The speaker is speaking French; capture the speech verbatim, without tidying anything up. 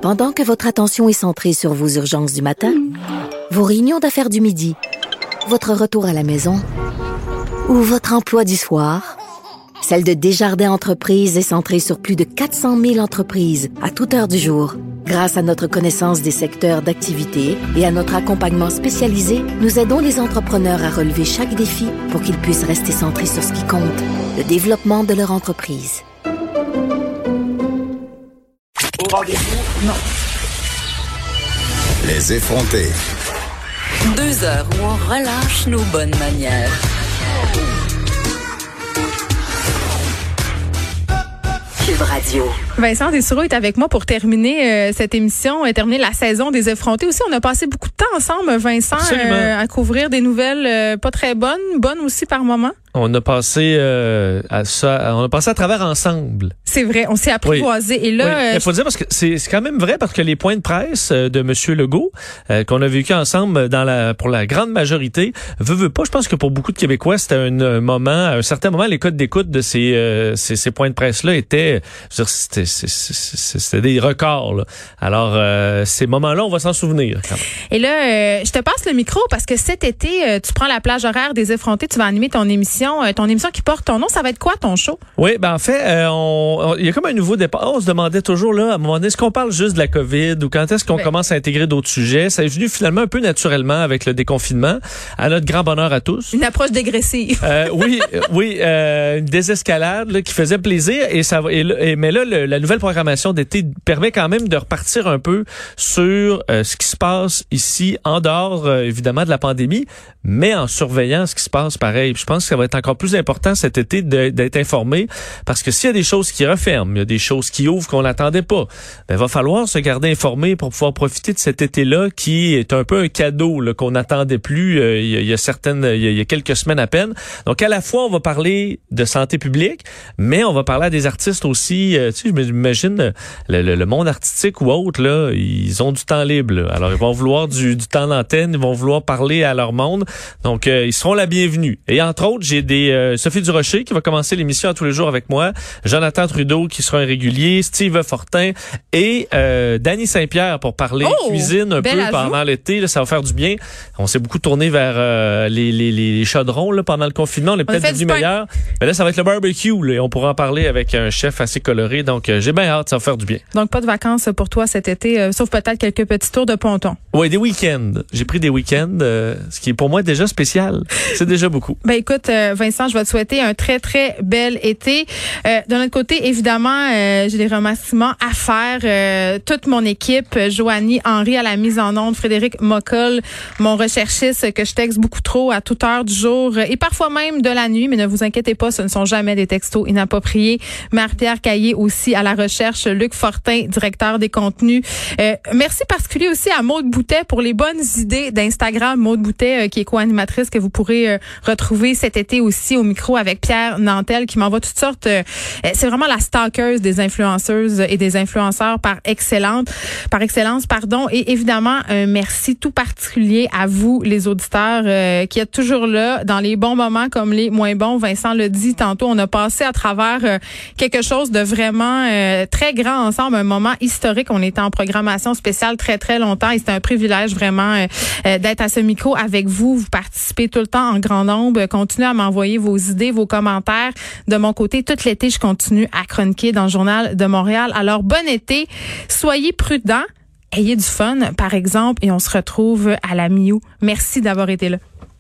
Pendant que votre attention est centrée sur vos urgences du matin, vos réunions d'affaires du midi, votre retour à la maison ou votre emploi du soir, celle de Desjardins Entreprises est centrée sur plus de quatre cent mille entreprises à toute heure du jour. Grâce à notre connaissance des secteurs d'activité et à notre accompagnement spécialisé, nous aidons les entrepreneurs à relever chaque défi pour qu'ils puissent rester centrés sur ce qui compte, le développement de leur entreprise. Au rendez-vous, non. Les effrontés. Deux heures où on relâche nos bonnes manières. Cube Radio. Vincent Dessureau est avec moi pour terminer euh, cette émission, et terminer la saison des effrontés. Aussi, on a passé beaucoup de temps ensemble, Vincent, euh, à couvrir des nouvelles euh, pas très bonnes, bonnes aussi par moments. On a passé euh, à ça, on a passé à travers ensemble. C'est vrai, on s'est apprivoisé. Oui. Et là, oui. Il faut dire parce que c'est, c'est quand même vrai parce que les points de presse de Monsieur Legault euh, qu'on a vécu ensemble dans la pour la grande majorité, veut veut pas. Je pense que pour beaucoup de Québécois, c'était un, un moment, à un certain moment, les codes d'écoute de ces euh, ces, ces points de presse là étaient, je veux dire, c'était c'est, c'est, c'était des records. Là. Alors euh, ces moments-là, on va s'en souvenir. Quand même. Et là, euh, je te passe le micro parce que cet été, euh, tu prends la plage horaire des effrontés, tu vas animer ton émission. Ton émission qui porte ton nom, ça va être quoi ton show? Oui, ben en fait, euh, on, on, il y a comme un nouveau départ. On se demandait toujours là, à un moment donné, est-ce qu'on parle juste de la COVID ou quand est-ce qu'on ben. commence à intégrer d'autres sujets? Ça est venu finalement un peu naturellement avec le déconfinement, à notre grand bonheur à tous. Une approche dégressive. Euh, oui, oui, euh, une désescalade là, qui faisait plaisir et ça et, et mais là le, la nouvelle programmation d'été permet quand même de repartir un peu sur euh, ce qui se passe ici en dehors euh, évidemment de la pandémie, mais en surveillant ce qui se passe pareil. Puis je pense que ça va être encore plus important cet été de, d'être informé parce que s'il y a des choses qui referment, il y a des choses qui ouvrent qu'on n'attendait pas, ben, il va falloir se garder informé pour pouvoir profiter de cet été-là qui est un peu un cadeau là, qu'on n'attendait plus euh, il, y a, il y a certaines, il y a, il y a quelques semaines à peine. Donc à la fois, on va parler de santé publique, mais on va parler à des artistes aussi. Euh, tu sais, je m'imagine le, le, le monde artistique ou autre, là, ils ont du temps libre. Là. Alors ils vont vouloir du, du temps d'antenne, ils vont vouloir parler à leur monde. Donc euh, ils seront la bienvenue. Et entre autres, j'ai des euh, Sophie Durocher qui va commencer l'émission à tous les jours avec moi, Jonathan Trudeau qui sera un régulier, Steve Fortin et euh, Dany Saint-Pierre pour parler oh, cuisine un peu ajout. Pendant l'été. Là, ça va faire du bien. On s'est beaucoup tourné vers euh, les, les, les chaudrons là, pendant le confinement. On est peut-être devenu meilleur. Mais là, ça va être le barbecue. Là, et on pourra en parler avec un chef assez coloré. Donc, euh, j'ai bien hâte. Ça va faire du bien. Donc, pas de vacances pour toi cet été, euh, sauf peut-être quelques petits tours de ponton. Oui, des week-ends. J'ai pris des week-ends, euh, ce qui est pour moi déjà spécial. C'est déjà beaucoup. Ben écoute, euh, Vincent, je vais te souhaiter un très, très bel été. Euh, de notre côté, évidemment, euh, j'ai des remerciements à faire. Euh, toute mon équipe, Joanie Henry à la mise en onde, Frédéric Moccol, mon recherchiste que je texte beaucoup trop à toute heure du jour et parfois même de la nuit, mais ne vous inquiétez pas, ce ne sont jamais des textos inappropriés. Marie-Pierre Caillé aussi à la recherche, Luc Fortin, directeur des contenus. Euh, merci particulier aussi à Maude Boutet pour les bonnes idées d'Instagram. Maude Boutet, euh, qui est co-animatrice, que vous pourrez euh, retrouver cet été aussi au micro avec Pierre Nantel, qui m'envoie toutes sortes. Euh, c'est vraiment la stalkeuse des influenceuses et des influenceurs par excellence, par excellence, pardon. Et évidemment, un merci tout particulier à vous, les auditeurs, euh, qui êtes toujours là dans les bons moments comme les moins bons. Vincent l'a dit tantôt, on a passé à travers euh, quelque chose de vraiment euh, très grand ensemble, un moment historique. On était en programmation spéciale très, très longtemps et c'était un privilège vraiment euh, euh, d'être à ce micro avec vous. Vous participez tout le temps en grand nombre. Continuez à m'envoyer vos idées, vos commentaires. De mon côté, tout l'été, je continue à chroniquer dans le Journal de Montréal. Alors, bon été. Soyez prudents. Ayez du fun, par exemple, et on se retrouve à la mi-août. Merci d'avoir été là.